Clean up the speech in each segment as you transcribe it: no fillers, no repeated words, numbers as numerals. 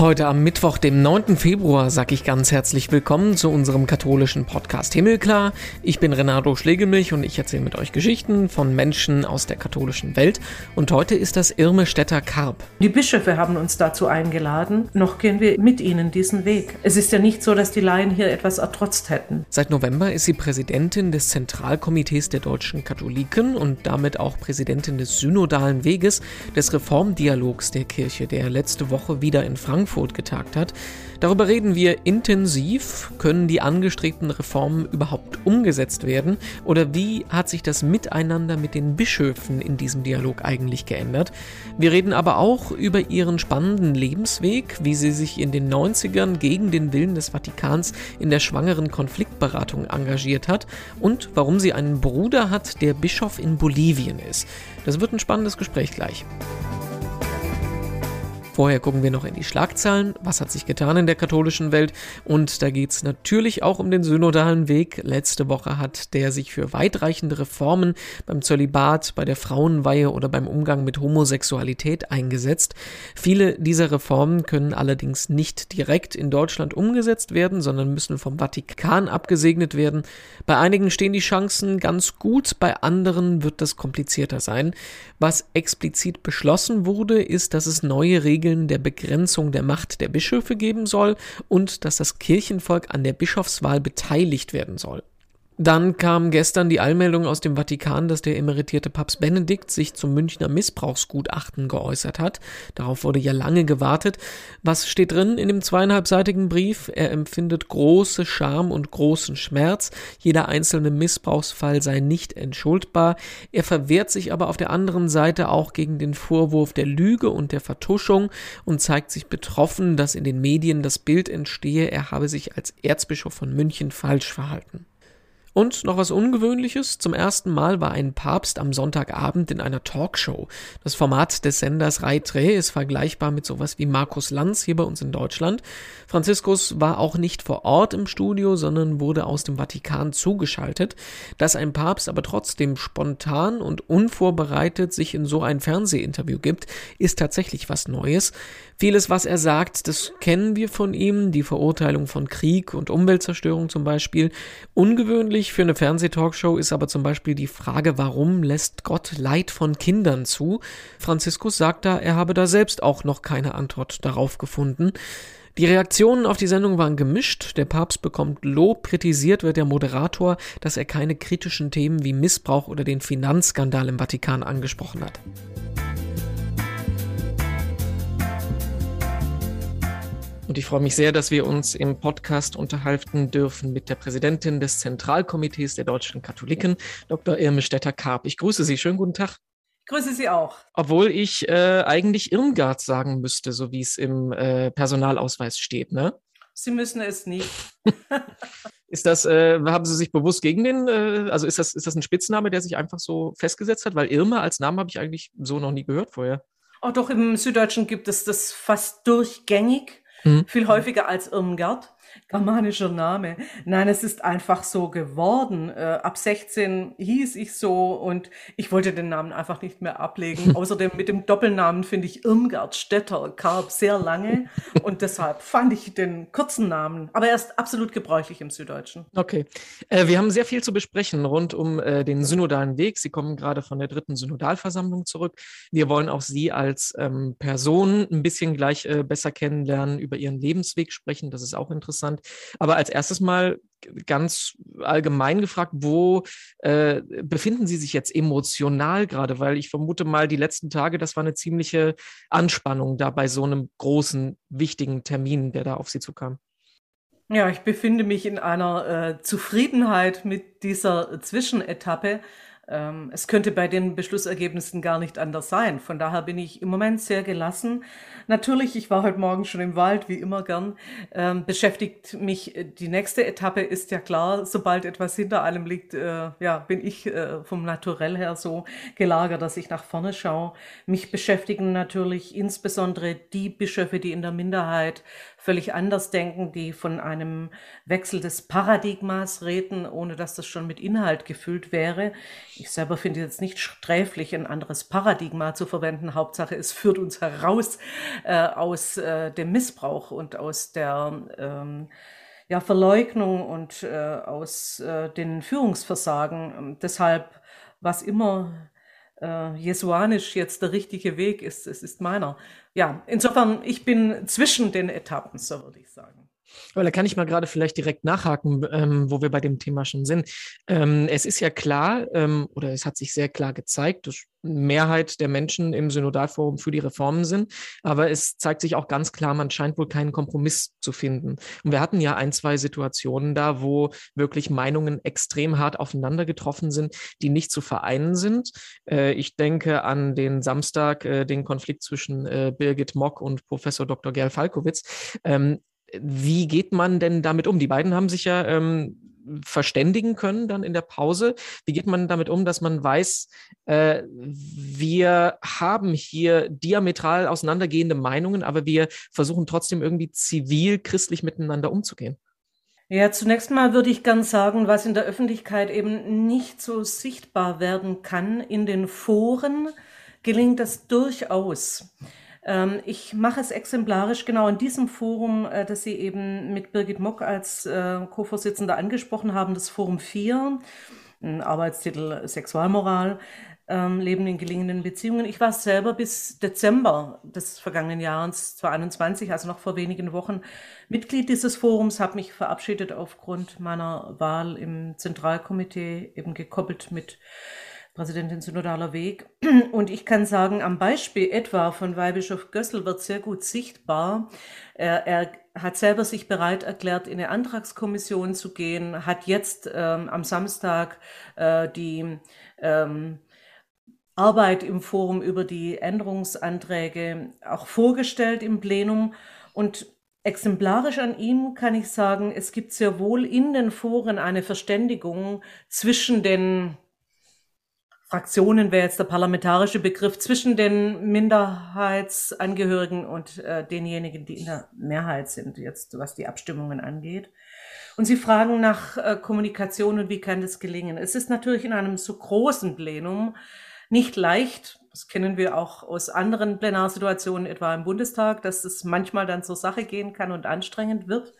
Heute am Mittwoch, dem 9. Februar, sage ich ganz herzlich willkommen zu unserem katholischen Podcast Himmelklar. Ich bin Renato Schlegelmilch und ich erzähle mit euch Geschichten von Menschen aus der katholischen Welt. Und heute ist das Irme Stetter-Karp. Die Bischöfe haben uns dazu eingeladen. Noch gehen wir mit ihnen diesen Weg. Es ist ja nicht so, dass die Laien hier etwas ertrotzt hätten. Seit November ist sie Präsidentin des Zentralkomitees der deutschen Katholiken und damit auch Präsidentin des synodalen Weges, des Reformdialogs der Kirche, der letzte Woche wieder in Frankfurt getagt hat. Darüber reden wir intensiv. Können die angestrebten Reformen überhaupt umgesetzt werden? Oder wie hat sich das Miteinander mit den Bischöfen in diesem Dialog eigentlich geändert? Wir reden aber auch über ihren spannenden Lebensweg, wie sie sich in den 90ern gegen den Willen des Vatikans in der schwangeren Konfliktberatung engagiert hat und warum sie einen Bruder hat, der Bischof in Bolivien ist. Das wird ein spannendes Gespräch gleich. Vorher gucken wir noch in die Schlagzeilen. Was hat sich getan in der katholischen Welt? Und da geht es natürlich auch um den synodalen Weg. Letzte Woche hat der sich für weitreichende Reformen beim Zölibat, bei der Frauenweihe oder beim Umgang mit Homosexualität eingesetzt. Viele dieser Reformen können allerdings nicht direkt in Deutschland umgesetzt werden, sondern müssen vom Vatikan abgesegnet werden. Bei einigen stehen die Chancen ganz gut, bei anderen wird das komplizierter sein. Was explizit beschlossen wurde, ist, dass es neue Regeln der Begrenzung der Macht der Bischöfe geben soll und dass das Kirchenvolk an der Bischofswahl beteiligt werden soll. Dann kam gestern die Eilmeldung aus dem Vatikan, dass der emeritierte Papst Benedikt sich zum Münchner Missbrauchsgutachten geäußert hat. Darauf wurde ja lange gewartet. Was steht drin in dem 2,5-seitigen Brief? Er empfindet große Scham und großen Schmerz. Jeder einzelne Missbrauchsfall sei nicht entschuldbar. Er verwehrt sich aber auf der anderen Seite auch gegen den Vorwurf der Lüge und der Vertuschung und zeigt sich betroffen, dass in den Medien das Bild entstehe, er habe sich als Erzbischof von München falsch verhalten. Und noch was Ungewöhnliches. Zum ersten Mal war ein Papst am Sonntagabend in einer Talkshow. Das Format des Senders Rai Tre ist vergleichbar mit sowas wie Markus Lanz hier bei uns in Deutschland. Franziskus war auch nicht vor Ort im Studio, sondern wurde aus dem Vatikan zugeschaltet. Dass ein Papst aber trotzdem spontan und unvorbereitet sich in so ein Fernsehinterview gibt, ist tatsächlich was Neues. Vieles, was er sagt, das kennen wir von ihm, die Verurteilung von Krieg und Umweltzerstörung zum Beispiel. Ungewöhnlich für eine Fernsehtalkshow ist aber zum Beispiel die Frage, warum lässt Gott Leid von Kindern zu? Franziskus sagt da, er habe da selbst auch noch keine Antwort darauf gefunden. Die Reaktionen auf die Sendung waren gemischt. Der Papst bekommt Lob, kritisiert wird der Moderator, dass er keine kritischen Themen wie Missbrauch oder den Finanzskandal im Vatikan angesprochen hat. Und ich freue mich sehr, dass wir uns im Podcast unterhalten dürfen mit der Präsidentin des Zentralkomitees der deutschen Katholiken, Dr. Irme Stetter-Karp. Ich grüße Sie. Schönen guten Tag. Ich grüße Sie auch. Obwohl ich eigentlich Irmgard sagen müsste, so wie es im Personalausweis steht, ne? Sie müssen es nicht. Ist das, haben Sie sich bewusst gegen den, also ist das ein Spitzname, der sich einfach so festgesetzt hat? Weil Irme als Namen habe ich eigentlich so noch nie gehört vorher. Oh, doch, im Süddeutschen gibt es das fast durchgängig. Viel häufiger als Irmgard, germanischer Name. Nein, es ist einfach so geworden. Ab 16 hieß ich so und ich wollte den Namen einfach nicht mehr ablegen. Außerdem mit dem Doppelnamen finde ich Irmgard Stetter-Karp sehr lange und deshalb fand ich den kurzen Namen. Aber er ist absolut gebräuchlich im Süddeutschen. Okay. Wir haben sehr viel zu besprechen rund um den synodalen Weg. Sie kommen gerade von der 3. Synodalversammlung zurück. Wir wollen auch Sie als Person ein bisschen gleich besser kennenlernen, über Ihren Lebensweg sprechen. Das ist auch interessant. Aber als erstes mal ganz allgemein gefragt, wo befinden Sie sich jetzt emotional gerade? Weil ich vermute mal, die letzten Tage, das war eine ziemliche Anspannung da bei so einem großen, wichtigen Termin, der da auf Sie zukam. Ja, ich befinde mich in einer Zufriedenheit mit dieser Zwischenetappe. Es könnte bei den Beschlussergebnissen gar nicht anders sein. Von daher bin ich im Moment sehr gelassen. Natürlich, ich war heute Morgen schon im Wald, wie immer gern. Beschäftigt mich die nächste Etappe, ist ja klar, sobald etwas hinter einem liegt, bin ich vom Naturell her so gelagert, dass ich nach vorne schaue. Mich beschäftigen natürlich insbesondere die Bischöfe, die in der Minderheit völlig anders denken, die von einem Wechsel des Paradigmas reden, ohne dass das schon mit Inhalt gefüllt wäre. Ich selber finde jetzt nicht sträflich, ein anderes Paradigma zu verwenden. Hauptsache, es führt uns heraus aus dem Missbrauch und aus der ja, Verleugnung und aus den Führungsversagen. Deshalb, was immer jesuanisch jetzt der richtige Weg ist, es ist meiner. Ja, insofern, ich bin zwischen den Etappen, so würde ich sagen. Aber da kann ich mal gerade vielleicht direkt nachhaken, wo wir bei dem Thema schon sind. Es ist ja klar, oder es hat sich sehr klar gezeigt, dass Mehrheit der Menschen im Synodalforum für die Reformen sind, aber es zeigt sich auch ganz klar, man scheint wohl keinen Kompromiss zu finden. Und wir hatten ja ein, zwei Situationen da, wo wirklich Meinungen extrem hart aufeinander getroffen sind, die nicht zu vereinen sind. Ich denke an den Samstag, den Konflikt zwischen Birgit Mock und Professor Dr. Gerl Falkowitz. Wie geht man denn damit um? Die beiden haben sich ja verständigen können dann in der Pause. Wie geht man damit um, dass man weiß, wir haben hier diametral auseinandergehende Meinungen, aber wir versuchen trotzdem irgendwie zivil, christlich miteinander umzugehen? Ja, zunächst mal würde ich gern sagen, was in der Öffentlichkeit eben nicht so sichtbar werden kann, in den Foren gelingt das durchaus. Ich mache es exemplarisch genau in diesem Forum, das Sie eben mit Birgit Mock als Co-Vorsitzender angesprochen haben, das Forum 4, ein Arbeitstitel Sexualmoral, Leben in gelingenden Beziehungen. Ich war selber bis Dezember des vergangenen Jahres 2021, also noch vor wenigen Wochen, Mitglied dieses Forums, habe mich verabschiedet aufgrund meiner Wahl im Zentralkomitee, eben gekoppelt mit Präsidentin Synodaler Weg. Und ich kann sagen, am Beispiel etwa von Weihbischof Gössel wird sehr gut sichtbar. Er hat selber sich bereit erklärt, in eine Antragskommission zu gehen, hat jetzt am Samstag die Arbeit im Forum über die Änderungsanträge auch vorgestellt im Plenum. Und exemplarisch an ihm kann ich sagen, es gibt sehr wohl in den Foren eine Verständigung zwischen den Fraktionen, wäre jetzt der parlamentarische Begriff, zwischen den Minderheitsangehörigen und denjenigen, die in der Mehrheit sind, jetzt was die Abstimmungen angeht. Und Sie fragen nach Kommunikation und wie kann das gelingen? Es ist natürlich in einem so großen Plenum nicht leicht, das kennen wir auch aus anderen Plenarsituationen, etwa im Bundestag, dass es manchmal dann zur Sache gehen kann und anstrengend wird.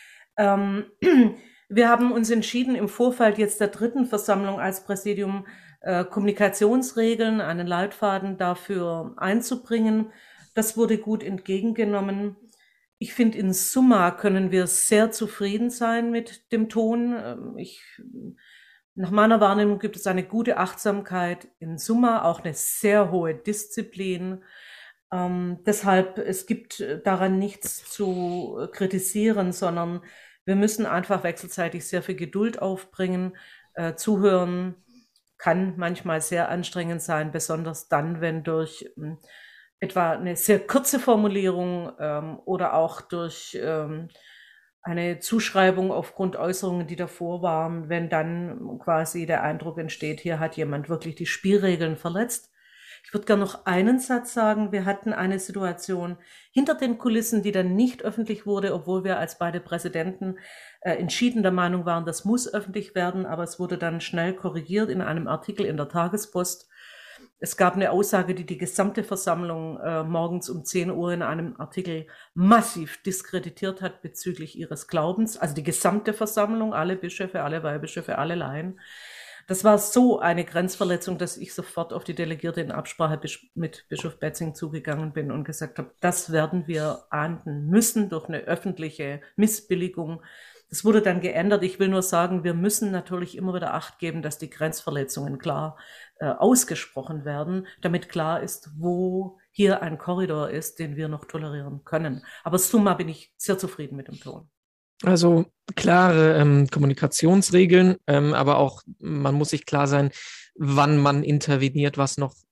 Wir haben uns entschieden, im Vorfeld jetzt der dritten Versammlung als Präsidium Kommunikationsregeln, einen Leitfaden dafür einzubringen. Das wurde gut entgegengenommen. Ich finde, in Summa können wir sehr zufrieden sein mit dem Ton. Nach meiner Wahrnehmung gibt es eine gute Achtsamkeit in Summa, auch eine sehr hohe Disziplin. Deshalb, es gibt daran nichts zu kritisieren, sondern wir müssen einfach wechselseitig sehr viel Geduld aufbringen. Zuhören kann manchmal sehr anstrengend sein, besonders dann, wenn durch etwa eine sehr kurze Formulierung oder auch durch eine Zuschreibung aufgrund Äußerungen, die davor waren, wenn dann quasi der Eindruck entsteht, hier hat jemand wirklich die Spielregeln verletzt. Ich würde gerne noch einen Satz sagen. Wir hatten eine Situation hinter den Kulissen, die dann nicht öffentlich wurde, obwohl wir als beide Präsidenten entschieden der Meinung waren, das muss öffentlich werden, aber es wurde dann schnell korrigiert in einem Artikel in der Tagespost. Es gab eine Aussage, die die gesamte Versammlung morgens um 10 Uhr in einem Artikel massiv diskreditiert hat bezüglich ihres Glaubens. Also die gesamte Versammlung, alle Bischöfe, alle Weihbischöfe, alle Laien. Das war so eine Grenzverletzung, dass ich sofort auf die Delegierte in Absprache mit Bischof Betzing zugegangen bin und gesagt habe, das werden wir ahnden müssen durch eine öffentliche Missbilligung. Das wurde dann geändert. Ich will nur sagen, wir müssen natürlich immer wieder Acht geben, dass die Grenzverletzungen klar ausgesprochen werden, damit klar ist, wo hier ein Korridor ist, den wir noch tolerieren können. Aber summa bin ich sehr zufrieden mit dem Ton. Also klare Kommunikationsregeln, aber auch man muss sich klar sein, wann man interveniert, was noch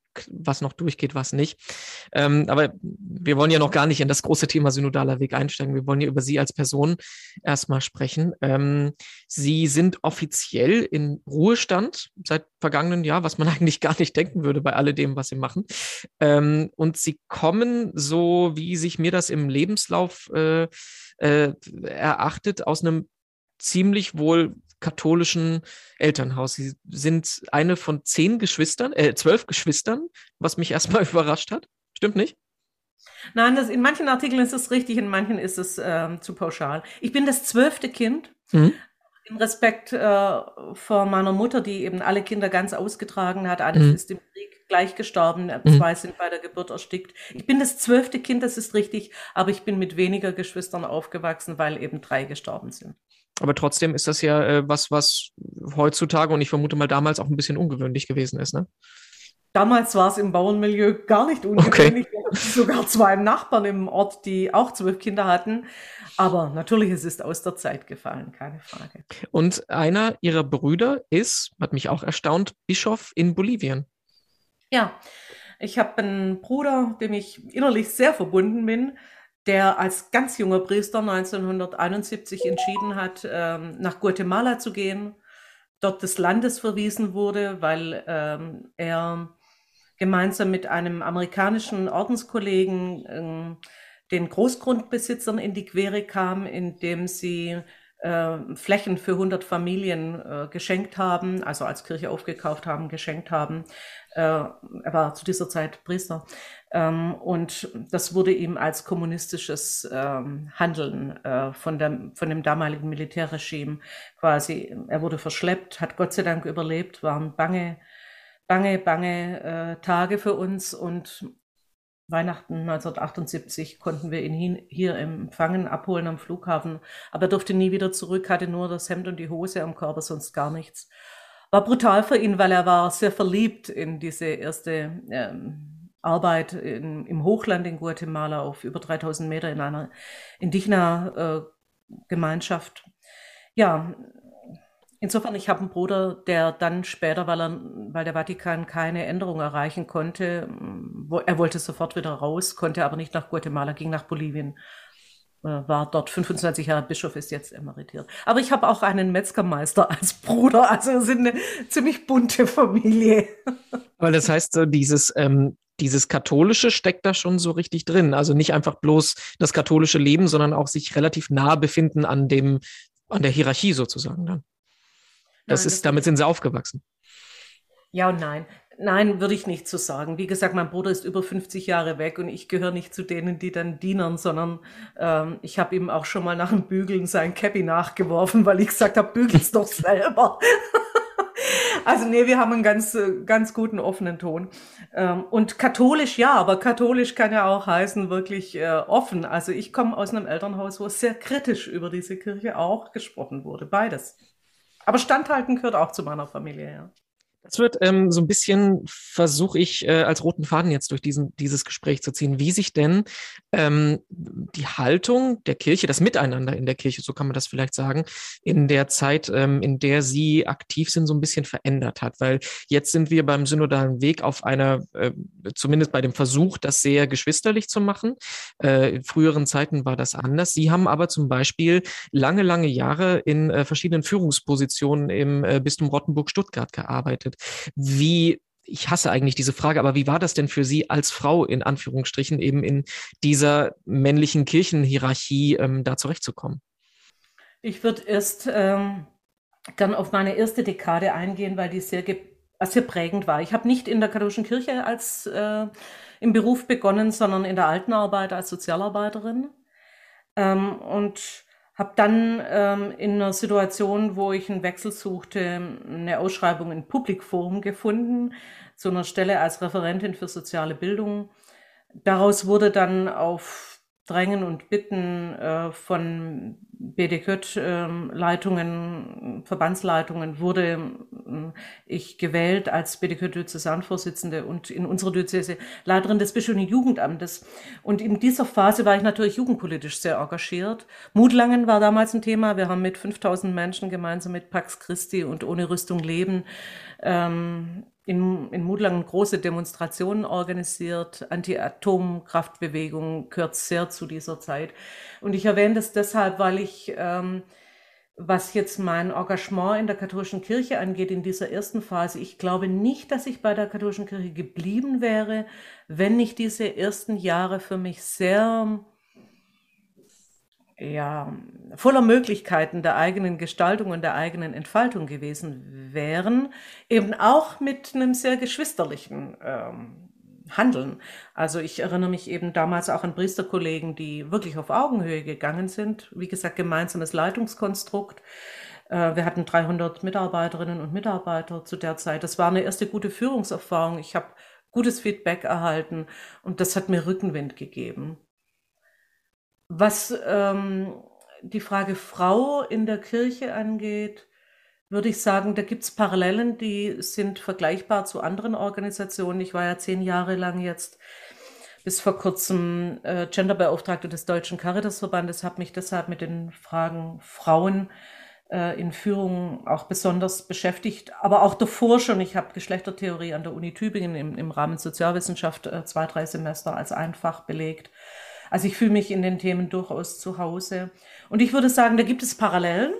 was noch durchgeht, was nicht. Aber wir wollen ja noch gar nicht in das große Thema synodaler Weg einsteigen. Wir wollen ja über Sie als Person erstmal sprechen. Sie sind offiziell in Ruhestand seit vergangenen Jahr, was man eigentlich gar nicht denken würde bei alledem, was Sie machen. Und Sie kommen, so wie sich mir das im Lebenslauf erachtet, aus einem ziemlich wohl katholischen Elternhaus. Sie sind eine von 12 Geschwistern, was mich erstmal überrascht hat. Stimmt nicht? Nein, in manchen Artikeln ist es richtig, in manchen ist es zu pauschal. Ich bin das 12. Kind. Mhm. Im Respekt vor meiner Mutter, die eben alle Kinder ganz ausgetragen hat. Alles Mhm. ist im Krieg gleich gestorben. Mhm. 2 sind bei der Geburt erstickt. Ich bin das 12. Kind, das ist richtig, aber ich bin mit weniger Geschwistern aufgewachsen, weil eben 3 gestorben sind. Aber trotzdem ist das ja was heutzutage und ich vermute mal damals auch ein bisschen ungewöhnlich gewesen ist, ne? Damals war es im Bauernmilieu gar nicht ungewöhnlich. Wir hatten sogar 2 Nachbarn im Ort, die auch 12 Kinder hatten. Aber natürlich, es ist aus der Zeit gefallen, keine Frage. Und einer Ihrer Brüder ist, hat mich auch erstaunt, Bischof in Bolivien. Ja, ich habe einen Bruder, dem ich innerlich sehr verbunden bin, der als ganz junger Priester 1971 entschieden hat, nach Guatemala zu gehen, dort des Landes verwiesen wurde, weil er gemeinsam mit einem amerikanischen Ordenskollegen den Großgrundbesitzern in die Quere kam, indem sie Flächen für 100 Familien geschenkt haben, also als Kirche aufgekauft haben, geschenkt haben. Er war zu dieser Zeit Priester. Und das wurde ihm als kommunistisches Handeln von dem damaligen Militärregime quasi, er wurde verschleppt, hat Gott sei Dank überlebt, waren bange Tage für uns und Weihnachten 1978 konnten wir ihn hier empfangen, abholen am Flughafen, aber er durfte nie wieder zurück, hatte nur das Hemd und die Hose am Körper, sonst gar nichts. War brutal für ihn, weil er war sehr verliebt in diese erste Arbeit im Hochland in Guatemala auf über 3000 Meter in einer Indigena-Gemeinschaft. Ja, insofern, ich habe einen Bruder, der dann später, weil der Vatikan keine Änderung erreichen konnte, er wollte sofort wieder raus, konnte aber nicht nach Guatemala, ging nach Bolivien, war dort 25 Jahre Bischof, ist jetzt emeritiert. Aber ich habe auch einen Metzgermeister als Bruder, also wir sind eine ziemlich bunte Familie. Aber das heißt, so dieses Katholische steckt da schon so richtig drin. Also nicht einfach bloß das katholische Leben, sondern auch sich relativ nah befinden an der Hierarchie sozusagen dann. Damit sind Sie aufgewachsen. Ja und nein. Nein, würde ich nicht so sagen. Wie gesagt, mein Bruder ist über 50 Jahre weg und ich gehöre nicht zu denen, die dann dienen, sondern ich habe ihm auch schon mal nach dem Bügeln sein Käppi nachgeworfen, weil ich gesagt habe, bügel's doch selber. Also nee, wir haben einen ganz guten, offenen Ton. Und katholisch ja, aber katholisch kann ja auch heißen wirklich offen. Also ich komme aus einem Elternhaus, wo sehr kritisch über diese Kirche auch gesprochen wurde. Beides. Aber standhalten gehört auch zu meiner Familie, ja. Das wird so ein bisschen, versuche ich als roten Faden jetzt durch dieses Gespräch zu ziehen, wie sich denn die Haltung der Kirche, das Miteinander in der Kirche, so kann man das vielleicht sagen, in der Zeit, in der Sie aktiv sind, so ein bisschen verändert hat. Weil jetzt sind wir beim synodalen Weg auf zumindest bei dem Versuch, das sehr geschwisterlich zu machen. In früheren Zeiten war das anders. Sie haben aber zum Beispiel lange Jahre in verschiedenen Führungspositionen im Bistum Rottenburg-Stuttgart gearbeitet. Ich hasse eigentlich diese Frage, aber wie war das denn für Sie als Frau in Anführungsstrichen eben in dieser männlichen Kirchenhierarchie da zurechtzukommen? Ich würde erst gern auf meine erste Dekade eingehen, weil die sehr prägend war. Ich habe nicht in der katholischen Kirche im Beruf begonnen, sondern in der Altenarbeit als Sozialarbeiterin und habe dann in einer Situation, wo ich einen Wechsel suchte, eine Ausschreibung in Public Forum gefunden, zu einer Stelle als Referentin für soziale Bildung. Daraus wurde dann auf Drängen und Bitten von BDKÖT-Leitungen, Verbandsleitungen, wurde ich gewählt als BDKÖT-Diözesanvorsitzende und in unserer Diözese Leiterin des bischöflichen Jugendamtes. Und in dieser Phase war ich natürlich jugendpolitisch sehr engagiert. Mutlangen war damals ein Thema. Wir haben mit 5000 Menschen gemeinsam mit Pax Christi und Ohne Rüstung leben in Mutlangen große Demonstrationen organisiert. Anti-Atomkraftbewegung gehört sehr zu dieser Zeit. Und ich erwähne das deshalb, weil ich, was jetzt mein Engagement in der katholischen Kirche angeht, in dieser ersten Phase, ich glaube nicht, dass ich bei der katholischen Kirche geblieben wäre, wenn nicht diese ersten Jahre für mich sehr, ja, voller Möglichkeiten der eigenen Gestaltung und der eigenen Entfaltung gewesen wären, eben auch mit einem sehr geschwisterlichen Handeln. Also ich erinnere mich eben damals auch an Priesterkollegen, die wirklich auf Augenhöhe gegangen sind. Wie gesagt, gemeinsames Leitungskonstrukt. Wir hatten 300 Mitarbeiterinnen und Mitarbeiter zu der Zeit. Das war eine erste gute Führungserfahrung. Ich habe gutes Feedback erhalten und das hat mir Rückenwind gegeben. Was die Frage Frau in der Kirche angeht, würde ich sagen, da gibt es Parallelen, die sind vergleichbar zu anderen Organisationen. Ich war ja 10 Jahre lang jetzt bis vor kurzem Genderbeauftragte des Deutschen Caritasverbandes, habe mich deshalb mit den Fragen Frauen in Führung auch besonders beschäftigt, aber auch davor schon. Ich habe Geschlechtertheorie an der Uni Tübingen im Rahmen Sozialwissenschaft 2, 3 Semester als Einfach belegt. Also ich fühle mich in den Themen durchaus zu Hause. Und ich würde sagen, da gibt es Parallelen.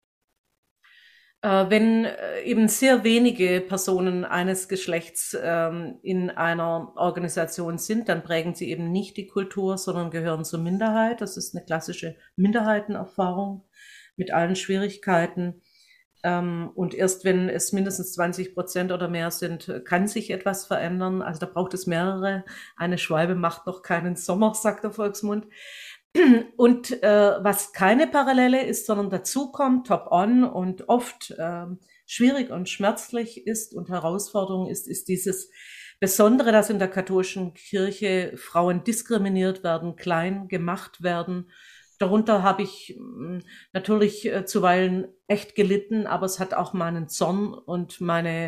Wenn eben sehr wenige Personen eines Geschlechts in einer Organisation sind, dann prägen sie eben nicht die Kultur, sondern gehören zur Minderheit. Das ist eine klassische Minderheitenerfahrung mit allen Schwierigkeiten. Und erst wenn es mindestens 20% oder mehr sind, kann sich etwas verändern. Also da braucht es mehrere. Eine Schwalbe macht noch keinen Sommer, sagt der Volksmund. Und was keine Parallele ist, sondern dazukommt, top-on und oft schwierig und schmerzlich ist und Herausforderung ist dieses Besondere, dass in der katholischen Kirche Frauen diskriminiert werden, klein gemacht werden. Darunter habe ich natürlich zuweilen echt gelitten, aber es hat auch meinen Zorn und meine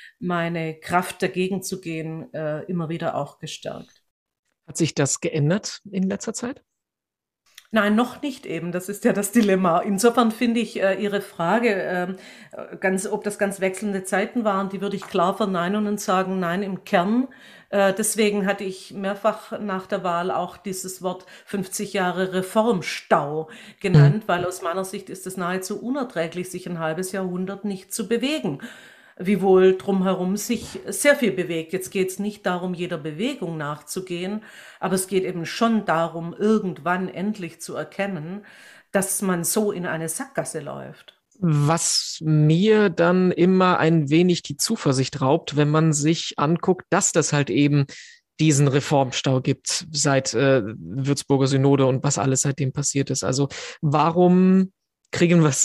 Kraft dagegen zu gehen immer wieder auch gestärkt. Hat sich das geändert in letzter Zeit? Nein, noch nicht eben. Das ist ja das Dilemma. Insofern finde ich Ihre Frage, ob das ganz wechselnde Zeiten waren, die würde ich klar verneinen und sagen, nein, im Kern. Deswegen hatte ich mehrfach nach der Wahl auch dieses Wort 50 Jahre Reformstau genannt, weil aus meiner Sicht ist es nahezu unerträglich, sich ein halbes Jahrhundert nicht zu bewegen. Wiewohl drumherum sich sehr viel bewegt. Jetzt geht es nicht darum, jeder Bewegung nachzugehen, aber es geht eben schon darum, irgendwann endlich zu erkennen, dass man so in eine Sackgasse läuft. Was mir dann immer ein wenig die Zuversicht raubt, wenn man sich anguckt, dass das halt eben diesen Reformstau gibt seit Würzburger Synode und was alles seitdem passiert ist. Also warum kriegen wir es,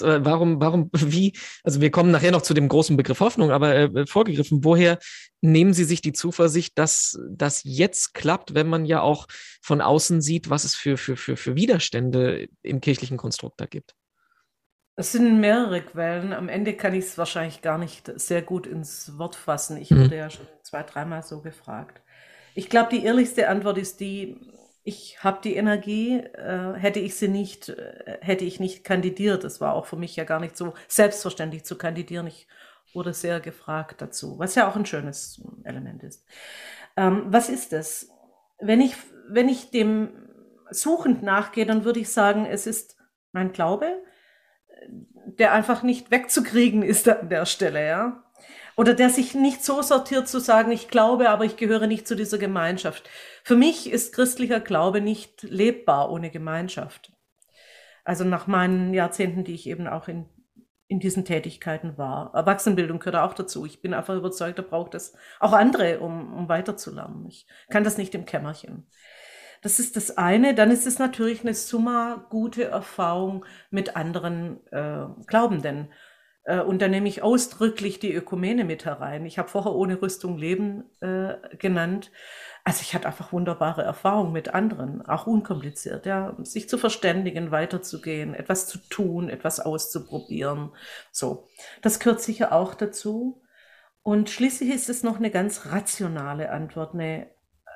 wie, also wir kommen nachher noch zu dem großen Begriff Hoffnung, aber vorgegriffen, woher nehmen Sie sich die Zuversicht, dass das jetzt klappt, wenn man ja auch von außen sieht, was es für Widerstände im kirchlichen Konstrukt da gibt? Es sind mehrere Quellen. Am Ende kann ich es wahrscheinlich gar nicht sehr gut ins Wort fassen. Ich wurde ja schon 2, 3 Mal so gefragt. Ich glaube, die ehrlichste Antwort ist die, ich habe die Energie, hätte ich sie nicht, hätte ich nicht kandidiert. Es war auch für mich ja gar nicht so selbstverständlich zu kandidieren. Ich wurde sehr gefragt dazu, was ja auch ein schönes Element ist. Was ist es? Wenn ich dem suchend nachgehe, dann würde ich sagen, es ist mein Glaube, der einfach nicht wegzukriegen ist an der Stelle, ja. Oder der sich nicht so sortiert zu sagen, ich glaube, aber ich gehöre nicht zu dieser Gemeinschaft. Für mich ist christlicher Glaube nicht lebbar ohne Gemeinschaft. Also nach meinen Jahrzehnten, die ich eben auch in diesen Tätigkeiten war. Erwachsenenbildung gehört auch dazu. Ich bin einfach überzeugt, da braucht es auch andere, um weiterzulernen. Ich kann das nicht im Kämmerchen. Das ist das eine. Dann ist es natürlich eine summa gute Erfahrung mit anderen Glaubenden. Und da nehme ich ausdrücklich die Ökumene mit herein. Ich habe vorher ohne Rüstung leben genannt. Also ich hatte einfach wunderbare Erfahrungen mit anderen, auch unkompliziert, ja, sich zu verständigen, weiterzugehen, etwas zu tun, etwas auszuprobieren. So, das gehört sicher auch dazu. Und schließlich ist es noch eine ganz rationale Antwort, eine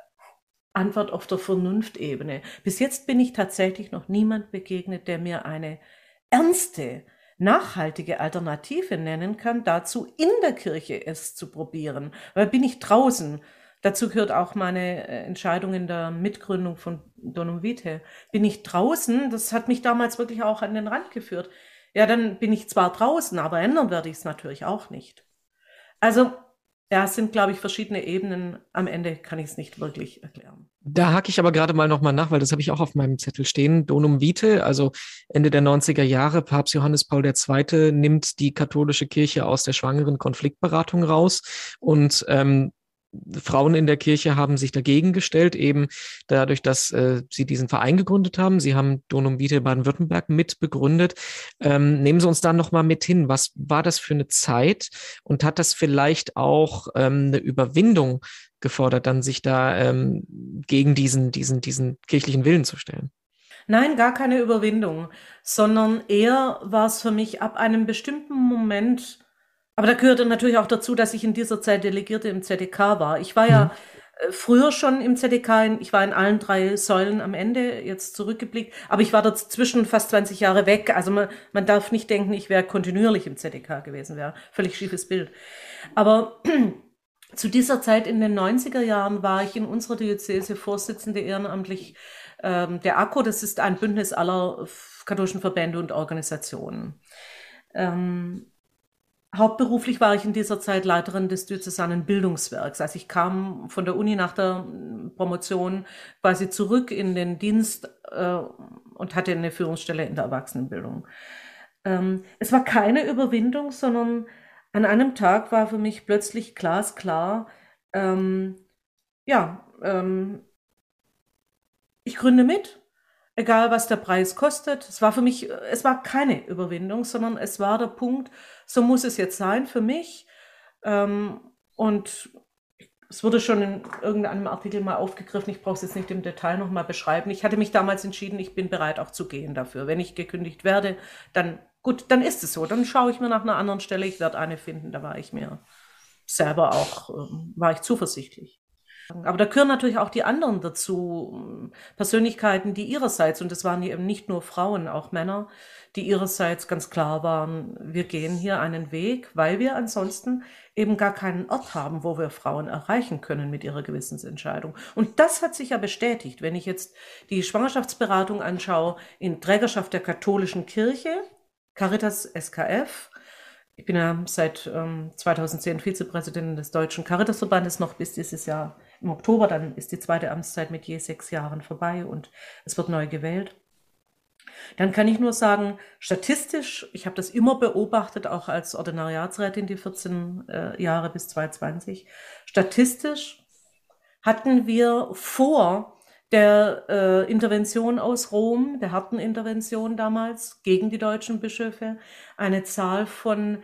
Antwort auf der Vernunftebene. Bis jetzt bin ich tatsächlich noch niemand begegnet, der mir eine ernste, nachhaltige Alternative nennen kann, dazu in der Kirche es zu probieren. Weil bin ich draußen. Dazu gehört auch meine Entscheidung in der Mitgründung von Donum Vitae. Bin ich draußen, das hat mich damals wirklich auch an den Rand geführt. Ja, dann bin ich zwar draußen, aber ändern werde ich es natürlich auch nicht. Also, ja, es sind, glaube ich, verschiedene Ebenen. Am Ende kann ich es nicht wirklich erklären. Da hake ich aber gerade mal nochmal nach, weil das habe ich auch auf meinem Zettel stehen. Donum Vitae, also Ende der 90er Jahre, Papst Johannes Paul II. Nimmt die katholische Kirche aus der schwangeren Konfliktberatung raus und Frauen in der Kirche haben sich dagegen gestellt, eben dadurch, dass sie diesen Verein gegründet haben. Sie haben Donum Vitae Baden-Württemberg mit begründet. Nehmen Sie uns da nochmal mit hin. Was war das für eine Zeit und hat das vielleicht auch eine Überwindung gefordert, dann sich da gegen diesen kirchlichen Willen zu stellen? Nein, gar keine Überwindung, sondern eher war es für mich ab einem bestimmten Moment, aber da gehörte natürlich auch dazu, dass ich in dieser Zeit Delegierte im ZDK war. Ich war Mhm. ja früher schon im ZDK, ich war in allen 3 Säulen am Ende, jetzt zurückgeblickt, aber ich war dazwischen fast 20 Jahre weg. Also man darf nicht denken, ich wäre kontinuierlich im ZDK gewesen, wäre völlig schiefes Bild. Aber zu dieser Zeit in den 90er Jahren war ich in unserer Diözese Vorsitzende ehrenamtlich der AKO, das ist ein Bündnis aller katholischen Verbände und Organisationen. Hauptberuflich war ich in dieser Zeit Leiterin des diözesanen Bildungswerks. Also ich kam von der Uni nach der Promotion quasi zurück in den Dienst und hatte eine Führungsstelle in der Erwachsenenbildung. Es war keine Überwindung, sondern an einem Tag war für mich plötzlich glasklar, ja, ich gründe mit, egal was der Preis kostet. Es war für mich, es war keine Überwindung, sondern es war der Punkt, so muss es jetzt sein für mich. Und es wurde schon in irgendeinem Artikel mal aufgegriffen, ich brauche es jetzt nicht im Detail nochmal beschreiben. Ich hatte mich damals entschieden, ich bin bereit auch zu gehen dafür. Wenn ich gekündigt werde, dann gut, dann ist es so. Dann schaue ich mir nach einer anderen Stelle, ich werde eine finden, da war ich mir selber auch, war ich zuversichtlich. Aber da gehören natürlich auch die anderen dazu, Persönlichkeiten, die ihrerseits, und das waren eben nicht nur Frauen, auch Männer, die ihrerseits ganz klar waren, wir gehen hier einen Weg, weil wir ansonsten eben gar keinen Ort haben, wo wir Frauen erreichen können mit ihrer Gewissensentscheidung. Und das hat sich ja bestätigt, wenn ich jetzt die Schwangerschaftsberatung anschaue, in Trägerschaft der katholischen Kirche, Caritas SKF. Ich bin ja seit 2010 Vizepräsidentin des Deutschen Caritasverbandes, noch bis dieses Jahr im Oktober. Dann ist die zweite Amtszeit mit je 6 Jahren vorbei und es wird neu gewählt. Dann kann ich nur sagen, statistisch, ich habe das immer beobachtet, auch als Ordinariatsrätin die 14 Jahre bis 2020, statistisch hatten wir vor der Intervention aus Rom, der harten Intervention damals gegen die deutschen Bischöfe, eine Zahl von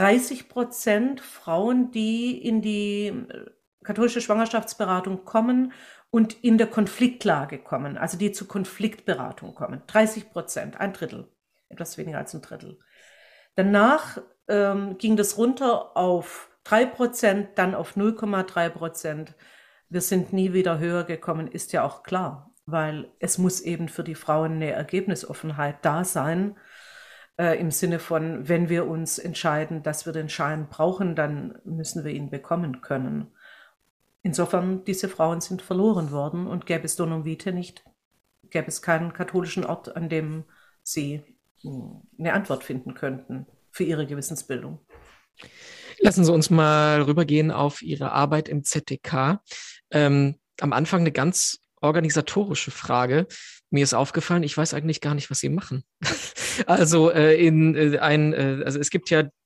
30% Frauen, die in die katholische Schwangerschaftsberatung kommen und in der Konfliktlage kommen, also die zur Konfliktberatung kommen. 30%, ein Drittel, etwas weniger als ein Drittel. Danach ging das runter auf 3%, dann auf 0,3%. Wir sind nie wieder höher gekommen, ist ja auch klar, weil es muss eben für die Frauen eine Ergebnisoffenheit da sein, im Sinne von, wenn wir uns entscheiden, dass wir den Schein brauchen, dann müssen wir ihn bekommen können. Insofern, diese Frauen sind verloren worden und gäbe es Donum Vitae nicht, gäbe es keinen katholischen Ort, an dem sie eine Antwort finden könnten für ihre Gewissensbildung. Lassen Sie uns mal rübergehen auf Ihre Arbeit im ZDK. Am Anfang eine ganz organisatorische Frage. Mir ist aufgefallen, ich weiß eigentlich gar nicht, was Sie machen. Also also es gibt ja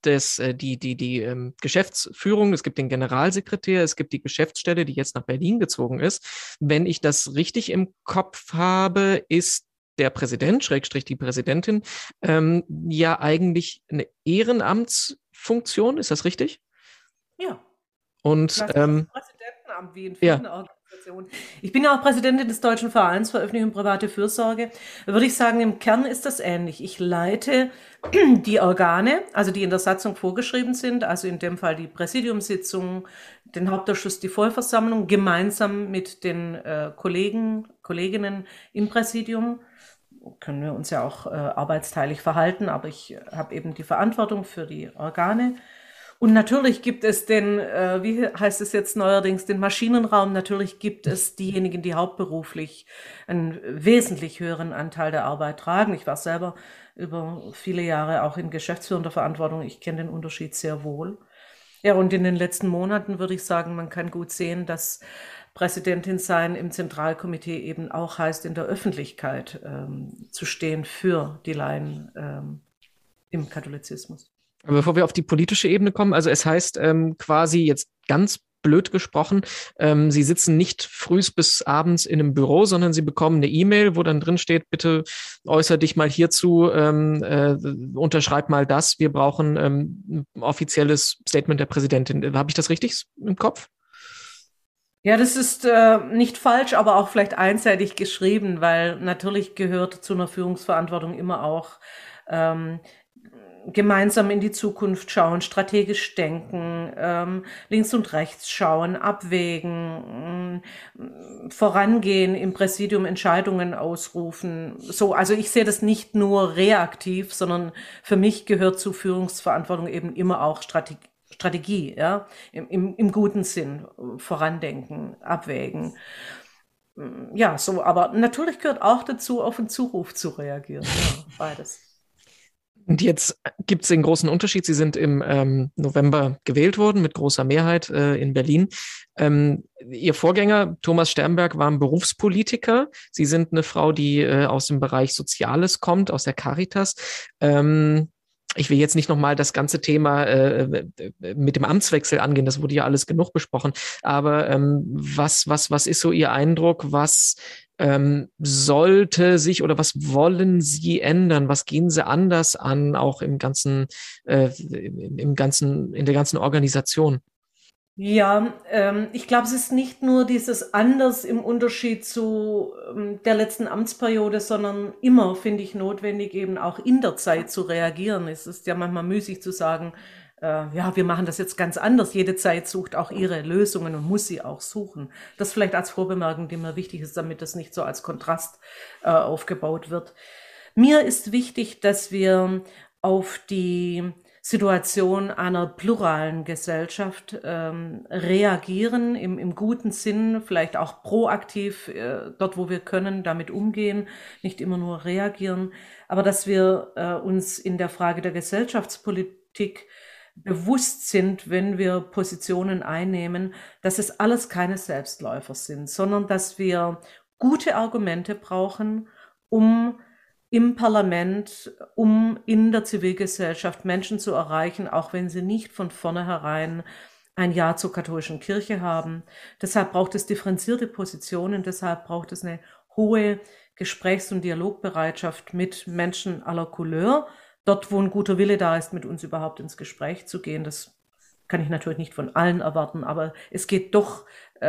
die Geschäftsführung, es gibt den Generalsekretär, es gibt die Geschäftsstelle, die jetzt nach Berlin gezogen ist. Wenn ich das richtig im Kopf habe, ist der Präsident, Schrägstrich die Präsidentin, ja eigentlich eine Ehrenamtsfunktion, ist das richtig? Ja. Und Präsidentenamt wie in ja, vielen Organisationen. Ich bin ja auch Präsidentin des Deutschen Vereins für öffentliche und private Fürsorge. Da würde ich sagen, im Kern ist das ähnlich. Ich leite die Organe, also die in der Satzung vorgeschrieben sind, also in dem Fall die Präsidiumssitzung, den Hauptausschuss, die Vollversammlung, gemeinsam mit den Kolleginnen im Präsidium. können wir uns ja auch arbeitsteilig verhalten, aber ich habe eben die Verantwortung für die Organe. Und natürlich gibt es den, wie heißt es jetzt neuerdings, den Maschinenraum. Natürlich gibt es diejenigen, die hauptberuflich einen wesentlich höheren Anteil der Arbeit tragen. Ich war selber über viele Jahre auch in geschäftsführender Verantwortung. Ich kenne den Unterschied sehr wohl. Ja, und in den letzten Monaten würde ich sagen, man kann gut sehen, dass Präsidentin sein im Zentralkomitee eben auch heißt, in der Öffentlichkeit zu stehen für die Laien im Katholizismus. Aber bevor wir auf die politische Ebene kommen, also es heißt quasi jetzt ganz blöd gesprochen, Sie sitzen nicht frühs bis abends in einem Büro, sondern Sie bekommen eine E-Mail, wo dann drin steht, bitte äußere dich mal hierzu, unterschreib mal das, wir brauchen ein offizielles Statement der Präsidentin. Habe ich das richtig im Kopf? Ja, das ist nicht falsch, aber auch vielleicht einseitig geschrieben, weil natürlich gehört zu einer Führungsverantwortung immer auch gemeinsam in die Zukunft schauen, strategisch denken, links und rechts schauen, abwägen, vorangehen, im Präsidium Entscheidungen ausrufen. So, also ich sehe das nicht nur reaktiv, sondern für mich gehört zu Führungsverantwortung eben immer auch Strategie, ja, im guten Sinn, vorandenken, abwägen. Ja, so, aber natürlich gehört auch dazu, auf einen Zuruf zu reagieren. Ja, beides. Und jetzt gibt es den großen Unterschied. Sie sind im November gewählt worden mit großer Mehrheit in Berlin. Ihr Vorgänger Thomas Sternberg war ein Berufspolitiker. Sie sind eine Frau, die aus dem Bereich Soziales kommt, aus der Caritas. Ich will jetzt nicht nochmal das ganze Thema mit dem Amtswechsel angehen, das wurde ja alles genug besprochen. Aber was ist so Ihr Eindruck? Was sollte sich oder was wollen Sie ändern? Was gehen Sie anders an, auch in der ganzen Organisation? Ja, ich glaube, es ist nicht nur dieses anders im Unterschied zu der letzten Amtsperiode, sondern immer finde ich notwendig, eben auch in der Zeit zu reagieren. Es ist ja manchmal müßig zu sagen, ja, wir machen das jetzt ganz anders. Jede Zeit sucht auch ihre Lösungen und muss sie auch suchen. Das vielleicht als Vorbemerkung, die mir wichtig ist, damit das nicht so als Kontrast aufgebaut wird. Mir ist wichtig, dass wir auf die Situation einer pluralen Gesellschaft reagieren, im guten Sinn, vielleicht auch proaktiv, dort wo wir können, damit umgehen, nicht immer nur reagieren, aber dass wir uns in der Frage der Gesellschaftspolitik bewusst sind, wenn wir Positionen einnehmen, dass es alles keine Selbstläufer sind, sondern dass wir gute Argumente brauchen, um im Parlament, um in der Zivilgesellschaft Menschen zu erreichen, auch wenn sie nicht von vornherein ein Ja zur katholischen Kirche haben. Deshalb braucht es differenzierte Positionen, deshalb braucht es eine hohe Gesprächs- und Dialogbereitschaft mit Menschen aller Couleur. Dort, wo ein guter Wille da ist, mit uns überhaupt ins Gespräch zu gehen. Das kann ich natürlich nicht von allen erwarten, aber es geht doch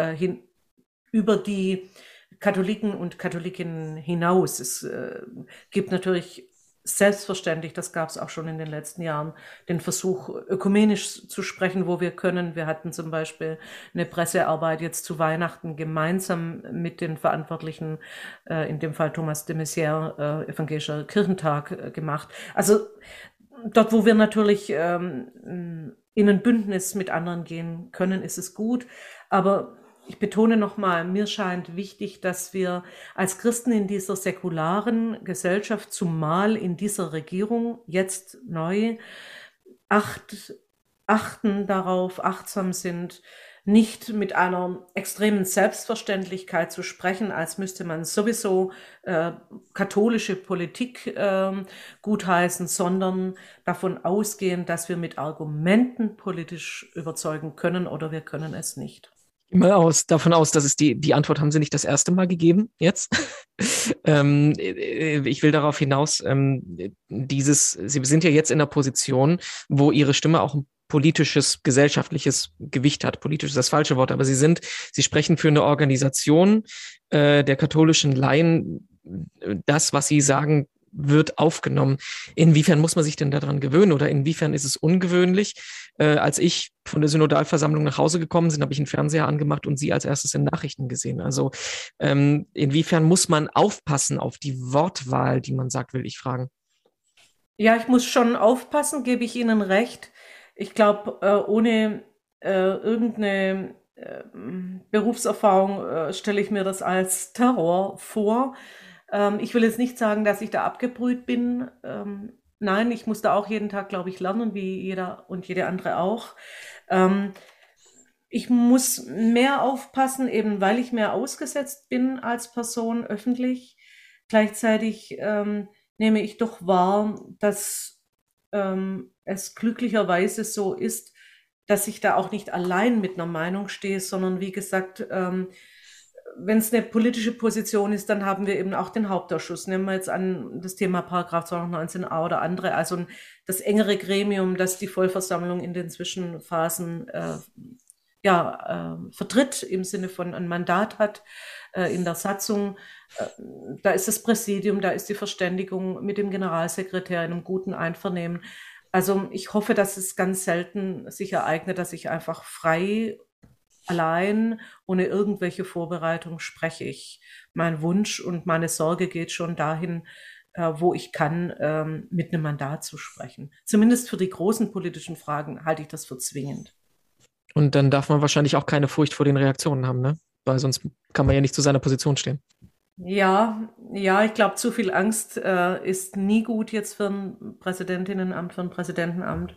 über die Katholiken und Katholikinnen hinaus. Es gibt natürlich selbstverständlich, das gab es auch schon in den letzten Jahren, den Versuch, ökumenisch zu sprechen, wo wir können. Wir hatten zum Beispiel eine Pressearbeit jetzt zu Weihnachten gemeinsam mit den Verantwortlichen, in dem Fall Thomas de Maizière, Evangelischer Kirchentag, gemacht. Also dort, wo wir natürlich in ein Bündnis mit anderen gehen können, ist es gut, aber ich betone nochmal, mir scheint wichtig, dass wir als Christen in dieser säkularen Gesellschaft, zumal in dieser Regierung jetzt neu, achten darauf, achtsam sind, nicht mit einer extremen Selbstverständlichkeit zu sprechen, als müsste man sowieso katholische Politik gutheißen, sondern davon ausgehen, dass wir mit Argumenten politisch überzeugen können oder wir können es nicht. Davon aus, dass es die Antwort haben Sie nicht das erste Mal gegeben jetzt. Ich will darauf hinaus, Sie sind ja jetzt in einer Position, wo Ihre Stimme auch ein politisches, gesellschaftliches Gewicht hat. Politisch ist das falsche Wort, aber Sie sprechen für eine Organisation der katholischen Laien. Das, was Sie sagen, wird aufgenommen. Inwiefern muss man sich denn daran gewöhnen oder inwiefern ist es ungewöhnlich? Als ich von der Synodalversammlung nach Hause gekommen bin, habe ich einen Fernseher angemacht und sie als erstes in Nachrichten gesehen. Also inwiefern muss man aufpassen auf die Wortwahl, die man sagt, will ich fragen. Ja, ich muss schon aufpassen, gebe ich Ihnen recht. Ich glaube, ohne irgendeine Berufserfahrung stelle ich mir das als Terror vor. Ich will jetzt nicht sagen, dass ich da abgebrüht bin. Nein, ich muss da auch jeden Tag, glaube ich, lernen, wie jeder und jede andere auch. Ähm, Ich muss mehr aufpassen, eben weil ich mehr ausgesetzt bin als Person öffentlich. Gleichzeitig nehme ich doch wahr, dass es glücklicherweise so ist, dass ich da auch nicht allein mit einer Meinung stehe, sondern wie gesagt, wenn es eine politische Position ist, dann haben wir eben auch den Hauptausschuss. Nehmen wir jetzt an das Thema Paragraph 219a oder andere, also das engere Gremium, das die Vollversammlung in den Zwischenphasen vertritt, im Sinne von ein Mandat hat in der Satzung. Da ist das Präsidium, da ist die Verständigung mit dem Generalsekretär in einem guten Einvernehmen. Also ich hoffe, dass es ganz selten sich ereignet, dass ich einfach frei, allein, ohne irgendwelche Vorbereitung spreche. Mein Wunsch und meine Sorge geht schon dahin, wo ich kann, mit einem Mandat zu sprechen. Zumindest für die großen politischen Fragen halte ich das für zwingend. Und dann darf man wahrscheinlich auch keine Furcht vor den Reaktionen haben, ne? Weil sonst kann man ja nicht zu seiner Position stehen. Ja, ja, ich glaube, zu viel Angst ist nie gut jetzt für ein Präsidentinnenamt, für ein Präsidentenamt.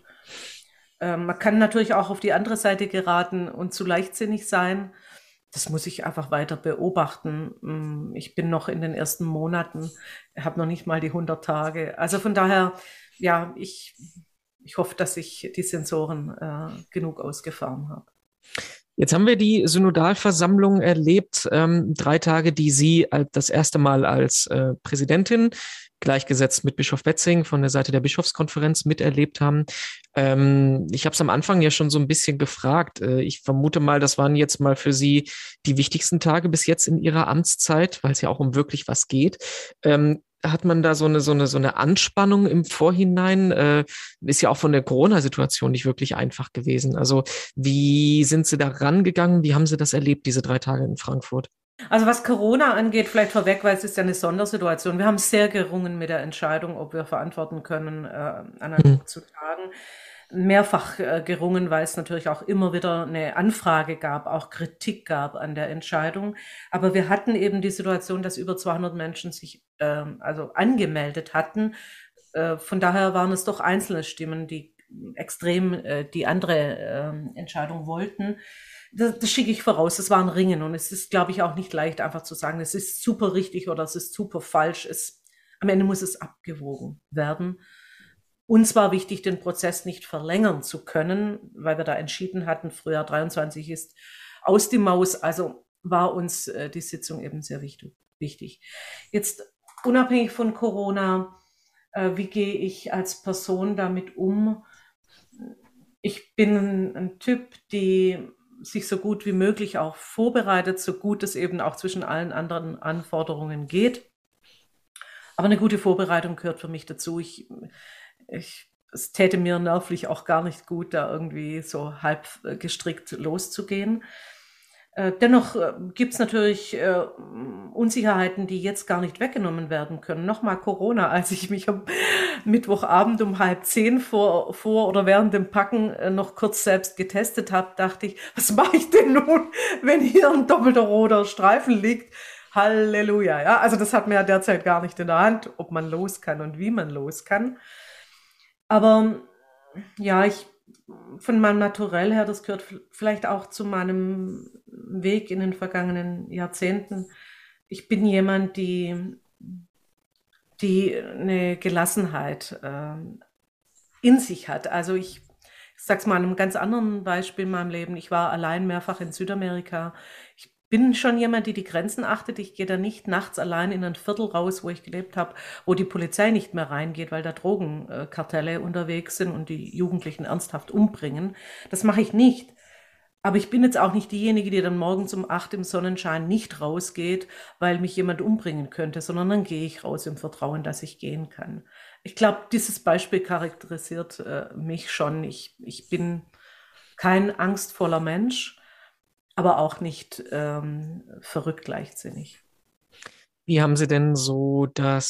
Man kann natürlich auch auf die andere Seite geraten und zu leichtsinnig sein. Das muss ich einfach weiter beobachten. Ich bin noch in den ersten Monaten, habe noch nicht mal die 100 Tage. Also von daher, ja, ich hoffe, dass ich die Sensoren genug ausgefahren habe. Jetzt haben wir die Synodalversammlung erlebt, 3 Tage, die Sie das erste Mal als Präsidentin, gleichgesetzt mit Bischof Betzing von der Seite der Bischofskonferenz miterlebt haben. Ich habe es am Anfang ja schon so ein bisschen gefragt. Ich vermute mal, das waren jetzt mal für Sie die wichtigsten Tage bis jetzt in Ihrer Amtszeit, weil es ja auch um wirklich was geht. Hat man da so eine Anspannung im Vorhinein? Ist ja auch von der Corona-Situation nicht wirklich einfach gewesen. Also wie sind Sie da rangegangen? Wie haben Sie das erlebt, diese 3 Tage in Frankfurt? Also was Corona angeht, vielleicht vorweg, weil es ist ja eine Sondersituation. Wir haben sehr gerungen mit der Entscheidung, ob wir verantworten können, Hm. analog zu Tagen. Mehrfach gerungen, weil es natürlich auch immer wieder eine Anfrage gab, auch Kritik gab an der Entscheidung. Aber wir hatten eben die Situation, dass über 200 Menschen sich also angemeldet hatten. Von daher waren es doch einzelne Stimmen, die extrem die andere Entscheidung wollten. Das schicke ich voraus, das war ein Ringen und es ist, glaube ich, auch nicht leicht einfach zu sagen, es ist super richtig oder es ist super falsch. Am Ende muss es abgewogen werden. Uns war wichtig, den Prozess nicht verlängern zu können, weil wir da entschieden hatten, Frühjahr 23 ist aus die Maus. Also war uns die Sitzung eben sehr wichtig. Jetzt unabhängig von Corona, wie gehe ich als Person damit um? Ich bin ein Typ, die sich so gut wie möglich auch vorbereitet, so gut es eben auch zwischen allen anderen Anforderungen geht. Aber eine gute Vorbereitung gehört für mich dazu. Es täte mir nervlich auch gar nicht gut, da irgendwie so halb gestrickt loszugehen. Dennoch gibt es natürlich Unsicherheiten, die jetzt gar nicht weggenommen werden können. Nochmal Corona, als ich mich am Mittwochabend um 9:30 vor oder während dem Packen noch kurz selbst getestet habe, dachte ich, was mache ich denn nun, wenn hier ein doppelter roter Streifen liegt? Halleluja, ja. Also das hat man ja derzeit gar nicht in der Hand, ob man los kann und wie man los kann. Aber ja, von meinem Naturell her, das gehört vielleicht auch zu meinem Weg in den vergangenen Jahrzehnten. Ich bin jemand, die eine Gelassenheit in sich hat. Also ich sag's mal an einem ganz anderen Beispiel in meinem Leben. Ich war allein mehrfach in Südamerika. Ich bin schon jemand, die Grenzen achtet. Ich gehe da nicht nachts allein in ein Viertel raus, wo ich gelebt habe, wo die Polizei nicht mehr reingeht, weil da Drogenkartelle unterwegs sind und die Jugendlichen ernsthaft umbringen. Das mache ich nicht. Aber ich bin jetzt auch nicht diejenige, die dann morgens um 8 im Sonnenschein nicht rausgeht, weil mich jemand umbringen könnte, sondern dann gehe ich raus im Vertrauen, dass ich gehen kann. Ich glaube, dieses Beispiel charakterisiert mich schon. Ich bin kein angstvoller Mensch, aber auch nicht verrückt leichtsinnig. Wie haben Sie denn so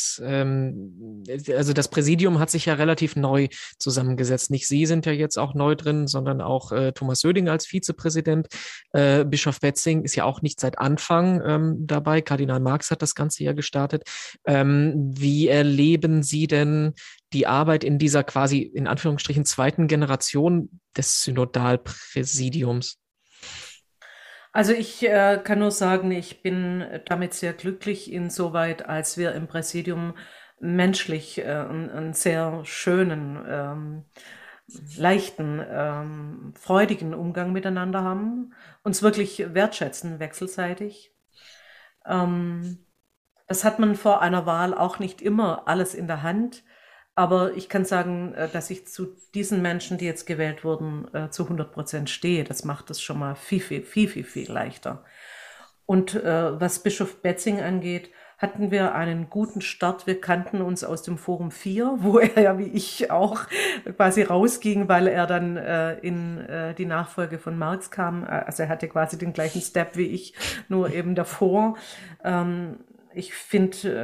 also das Präsidium hat sich ja relativ neu zusammengesetzt. Nicht Sie sind ja jetzt auch neu drin, sondern auch Thomas Söding als Vizepräsident. Bischof Betzing ist ja auch nicht seit Anfang dabei. Kardinal Marx hat das Ganze ja gestartet. Wie erleben Sie denn die Arbeit in dieser quasi in Anführungsstrichen zweiten Generation des Synodalpräsidiums? Also ich kann nur sagen, ich bin damit sehr glücklich insoweit, als wir im Präsidium menschlich einen sehr schönen, leichten, freudigen Umgang miteinander haben, uns wirklich wertschätzen wechselseitig. Ähm, Das hat man vor einer Wahl auch nicht immer alles in der Hand. Aber ich kann sagen, dass ich zu diesen Menschen, die jetzt gewählt wurden, zu 100% stehe. Das macht es schon mal viel, viel, viel, viel, viel leichter. Und was Bischof Betzing angeht, hatten wir einen guten Start. Wir kannten uns aus dem Forum 4, wo er ja wie ich auch quasi rausging, weil er dann in die Nachfolge von Marx kam. Also er hatte quasi den gleichen Step wie ich, nur eben davor. Ich finde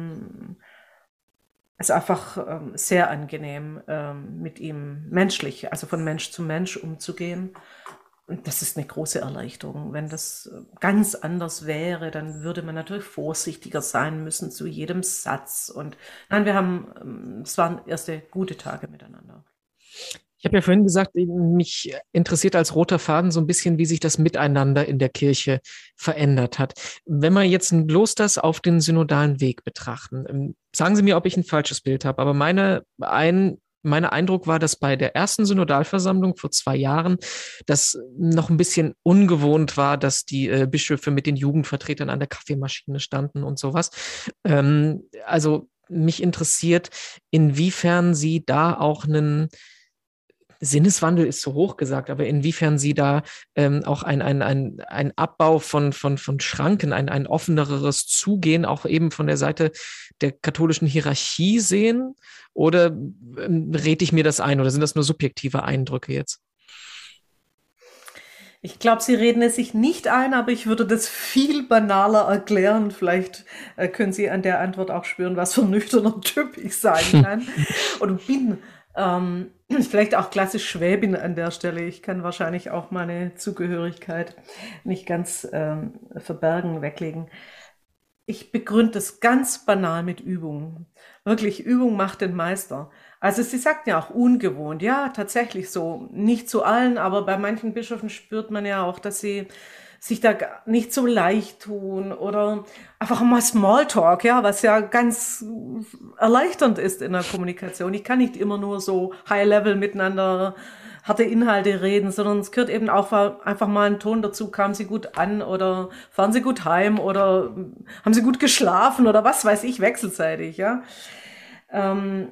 es einfach sehr angenehm, mit ihm menschlich, also von Mensch zu Mensch umzugehen. Und das ist eine große Erleichterung. Wenn das ganz anders wäre, dann würde man natürlich vorsichtiger sein müssen zu jedem Satz. Und nein, es waren erste gute Tage miteinander. Ich habe ja vorhin gesagt, mich interessiert als roter Faden so ein bisschen, wie sich das Miteinander in der Kirche verändert hat. Wenn wir jetzt bloß das auf den synodalen Weg betrachten, sagen Sie mir, ob ich ein falsches Bild habe, aber mein Eindruck war, dass bei der ersten Synodalversammlung vor 2 Jahren das noch ein bisschen ungewohnt war, dass die Bischöfe mit den Jugendvertretern an der Kaffeemaschine standen und sowas. Also mich interessiert, inwiefern Sie da auch einen Sinneswandel ist zu hoch gesagt, aber inwiefern Sie da auch ein Abbau von Schranken, ein offeneres Zugehen auch eben von der Seite der katholischen Hierarchie sehen? Oder rede ich mir das ein oder sind das nur subjektive Eindrücke jetzt? Ich glaube, Sie reden es sich nicht ein, aber ich würde das viel banaler erklären. Vielleicht können Sie an der Antwort auch spüren, was für ein nüchterner Typ ich sein kann oder bin. Vielleicht auch klassisch Schwäbin an der Stelle. Ich kann wahrscheinlich auch meine Zugehörigkeit nicht ganz verbergen, weglegen. Ich begründe das ganz banal mit Übung. Wirklich, Übung macht den Meister. Also Sie sagt ja auch ungewohnt. Ja, tatsächlich so. Nicht zu allen, aber bei manchen Bischöfen spürt man ja auch, dass sie sich da nicht so leicht tun oder einfach mal Smalltalk, ja, was ja ganz erleichternd ist in der Kommunikation. Ich kann nicht immer nur so High-Level miteinander harte Inhalte reden, sondern es gehört eben auch einfach mal ein Ton dazu. Kamen Sie gut an oder fahren Sie gut heim oder haben Sie gut geschlafen oder was weiß ich, wechselseitig, ja. Ähm,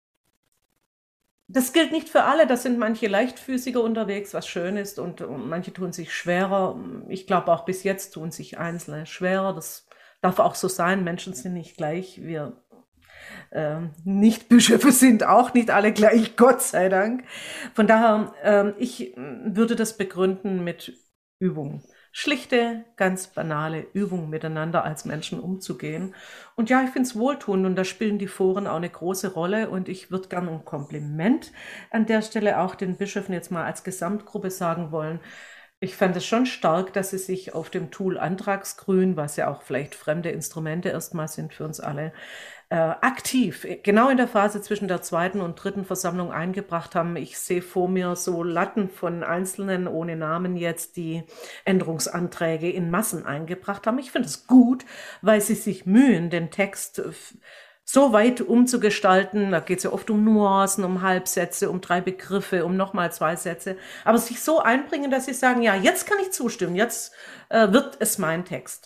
Das gilt nicht für alle. Das sind manche leichtfüßiger unterwegs, was schön ist, und manche tun sich schwerer. Ich glaube, auch bis jetzt tun sich Einzelne schwerer. Das darf auch so sein. Menschen sind nicht gleich. Wir Nicht-Bischöfe sind auch nicht alle gleich, Gott sei Dank. Von daher, ich würde das begründen mit Übung. Schlichte, ganz banale Übung, miteinander als Menschen umzugehen. Und ja, ich finde es wohltuend und da spielen die Foren auch eine große Rolle. Und ich würde gerne ein Kompliment an der Stelle auch den Bischöfen jetzt mal als Gesamtgruppe sagen wollen. Ich fand es schon stark, dass sie sich auf dem Tool Antragsgrün, was ja auch vielleicht fremde Instrumente erstmal sind für uns alle, aktiv, genau in der Phase zwischen der zweiten und dritten Versammlung eingebracht haben. Ich sehe vor mir so Latten von Einzelnen ohne Namen jetzt, die Änderungsanträge in Massen eingebracht haben. Ich finde es gut, weil sie sich mühen, den Text so weit umzugestalten. Da geht es ja oft um Nuancen, um Halbsätze, um 3 Begriffe, um nochmal 2 Sätze. Aber sich so einbringen, dass sie sagen, ja, jetzt kann ich zustimmen, jetzt wird es mein Text.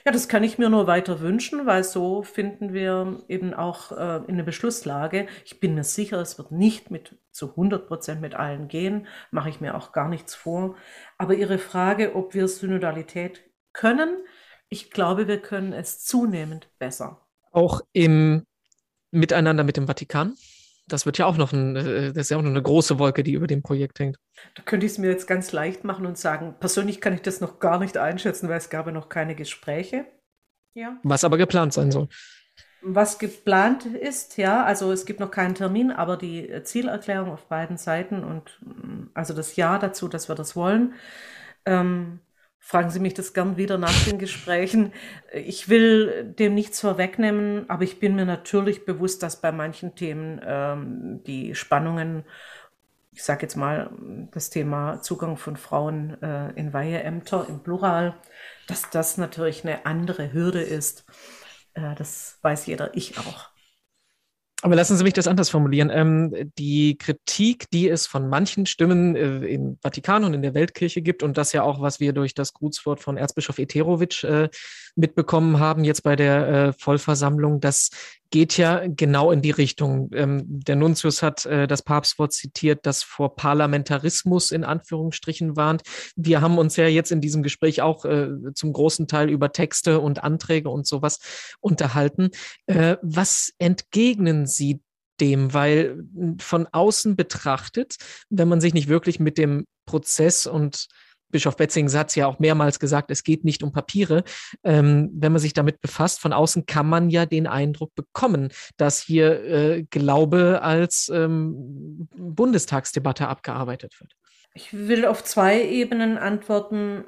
Ja, das kann ich mir nur weiter wünschen, weil so finden wir eben auch in eine Beschlusslage. Ich bin mir sicher, es wird nicht zu 100% mit allen gehen, mache ich mir auch gar nichts vor. Aber Ihre Frage, ob wir Synodalität können, ich glaube, wir können es zunehmend besser. Auch im Miteinander mit dem Vatikan. Das wird ja auch noch das ist ja auch noch eine große Wolke, die über dem Projekt hängt. Da könnte ich es mir jetzt ganz leicht machen und sagen, persönlich kann ich das noch gar nicht einschätzen, weil es gab ja noch keine Gespräche. Ja. Was aber geplant sein soll. Was geplant ist, ja, also es gibt noch keinen Termin, aber die Zielerklärung auf beiden Seiten und also das Ja dazu, dass wir das wollen. Ähm, Fragen Sie mich das gern wieder nach den Gesprächen. Ich will dem nichts vorwegnehmen, aber ich bin mir natürlich bewusst, dass bei manchen Themen die Spannungen, ich sage jetzt mal das Thema Zugang von Frauen in Weiheämter im Plural, dass das natürlich eine andere Hürde ist. Das weiß jeder, ich auch. Aber lassen Sie mich das anders formulieren. Die Kritik, die es von manchen Stimmen im Vatikan und in der Weltkirche gibt, und das ja auch, was wir durch das Grußwort von Erzbischof Eterovic mitbekommen haben, jetzt bei der Vollversammlung, das geht ja genau in die Richtung. Der Nuntius hat das Papstwort zitiert, das vor Parlamentarismus in Anführungsstrichen warnt. Wir haben uns ja jetzt in diesem Gespräch auch zum großen Teil über Texte und Anträge und sowas unterhalten. Was entgegnen Sie dem? Weil von außen betrachtet, wenn man sich nicht wirklich mit dem Prozess und Bischof Betzing hat es ja auch mehrmals gesagt, es geht nicht um Papiere. Wenn man sich damit befasst, von außen kann man ja den Eindruck bekommen, dass hier Glaube als Bundestagsdebatte abgearbeitet wird. Ich will auf zwei Ebenen antworten.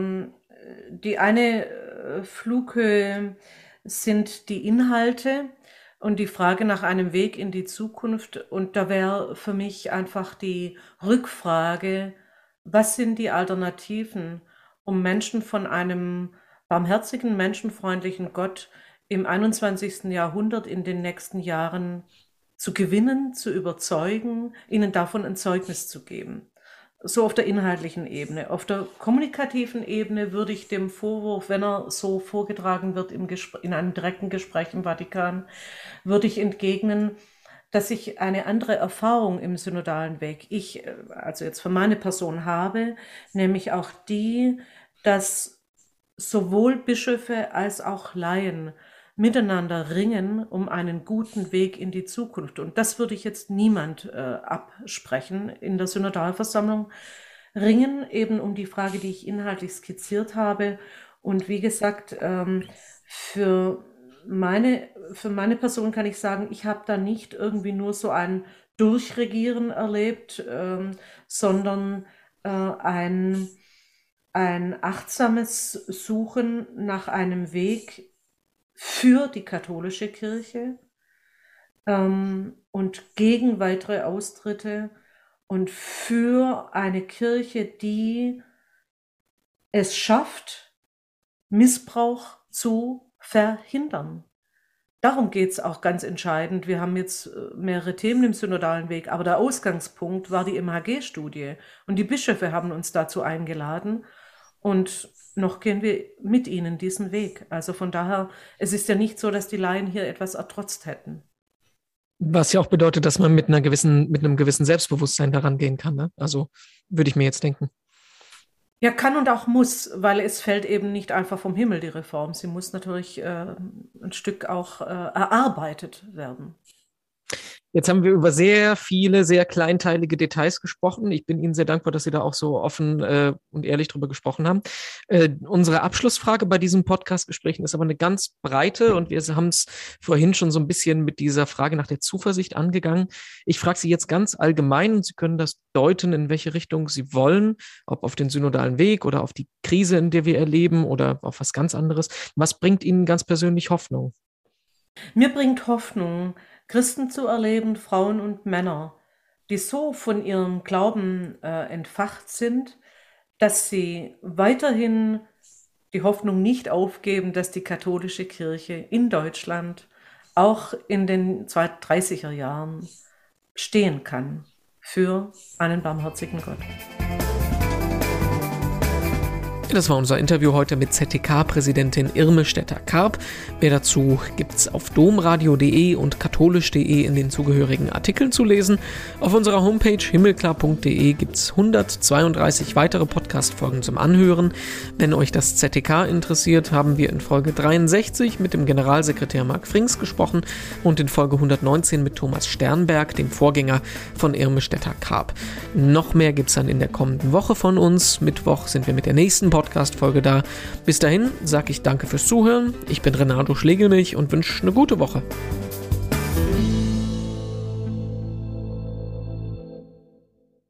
Die eine Flughöhe sind die Inhalte und die Frage nach einem Weg in die Zukunft. Und da wäre für mich einfach die Rückfrage, was sind die Alternativen, um Menschen von einem barmherzigen, menschenfreundlichen Gott im 21. Jahrhundert in den nächsten Jahren zu gewinnen, zu überzeugen, ihnen davon ein Zeugnis zu geben. So auf der inhaltlichen Ebene. Auf der kommunikativen Ebene würde ich dem Vorwurf, wenn er so vorgetragen wird in einem direkten Gespräch im Vatikan, würde ich entgegnen, dass ich eine andere Erfahrung im synodalen Weg, also jetzt für meine Person habe, nämlich auch die, dass sowohl Bischöfe als auch Laien miteinander ringen um einen guten Weg in die Zukunft. Und das würde ich jetzt niemand absprechen in der Synodalversammlung. Ringen eben um die Frage, die ich inhaltlich skizziert habe. Und wie gesagt, für meine Person kann ich sagen, ich habe da nicht irgendwie nur so ein Durchregieren erlebt, sondern ein achtsames Suchen nach einem Weg für die katholische Kirche und gegen weitere Austritte und für eine Kirche, die es schafft, Missbrauch zu verhindern. Darum geht es auch ganz entscheidend. Wir haben jetzt mehrere Themen im synodalen Weg, aber der Ausgangspunkt war die MHG-Studie und die Bischöfe haben uns dazu eingeladen und noch gehen wir mit ihnen diesen Weg. Also von daher, es ist ja nicht so, dass die Laien hier etwas ertrotzt hätten. Was ja auch bedeutet, dass man mit einem gewissen Selbstbewusstsein daran gehen kann. Ne? Also würde ich mir jetzt denken. Ja, kann und auch muss, weil es fällt eben nicht einfach vom Himmel, die Reform. Sie muss natürlich ein Stück auch erarbeitet werden. Jetzt haben wir über sehr viele, sehr kleinteilige Details gesprochen. Ich bin Ihnen sehr dankbar, dass Sie da auch so offen und ehrlich drüber gesprochen haben. Unsere Abschlussfrage bei diesen Podcast-Gesprächen ist aber eine ganz breite und wir haben es vorhin schon so ein bisschen mit dieser Frage nach der Zuversicht angegangen. Ich frage Sie jetzt ganz allgemein und Sie können das deuten, in welche Richtung Sie wollen, ob auf den synodalen Weg oder auf die Krise, in der wir erleben oder auf was ganz anderes. Was bringt Ihnen ganz persönlich Hoffnung? Mir bringt Hoffnung, Christen zu erleben, Frauen und Männer, die so von ihrem Glauben entfacht sind, dass sie weiterhin die Hoffnung nicht aufgeben, dass die katholische Kirche in Deutschland auch in den 30er Jahren stehen kann für einen barmherzigen Gott. Das war unser Interview heute mit ZTK-Präsidentin Irme Stetter-Karp. Mehr dazu gibt's auf domradio.de und katholisch.de in den zugehörigen Artikeln zu lesen. Auf unserer Homepage himmelklar.de gibt's 132 weitere Podcast-Folgen zum Anhören. Wenn euch das ZTK interessiert, haben wir in Folge 63 mit dem Generalsekretär Marc Frings gesprochen und in Folge 119 mit Thomas Sternberg, dem Vorgänger von Irme Stetter-Karp. Noch mehr gibt's dann in der kommenden Woche von uns. Mittwoch sind wir mit der nächsten Podcast-Folge da. Bis dahin sage ich danke fürs Zuhören. Ich bin Renato Schlegelmilch und wünsche eine gute Woche.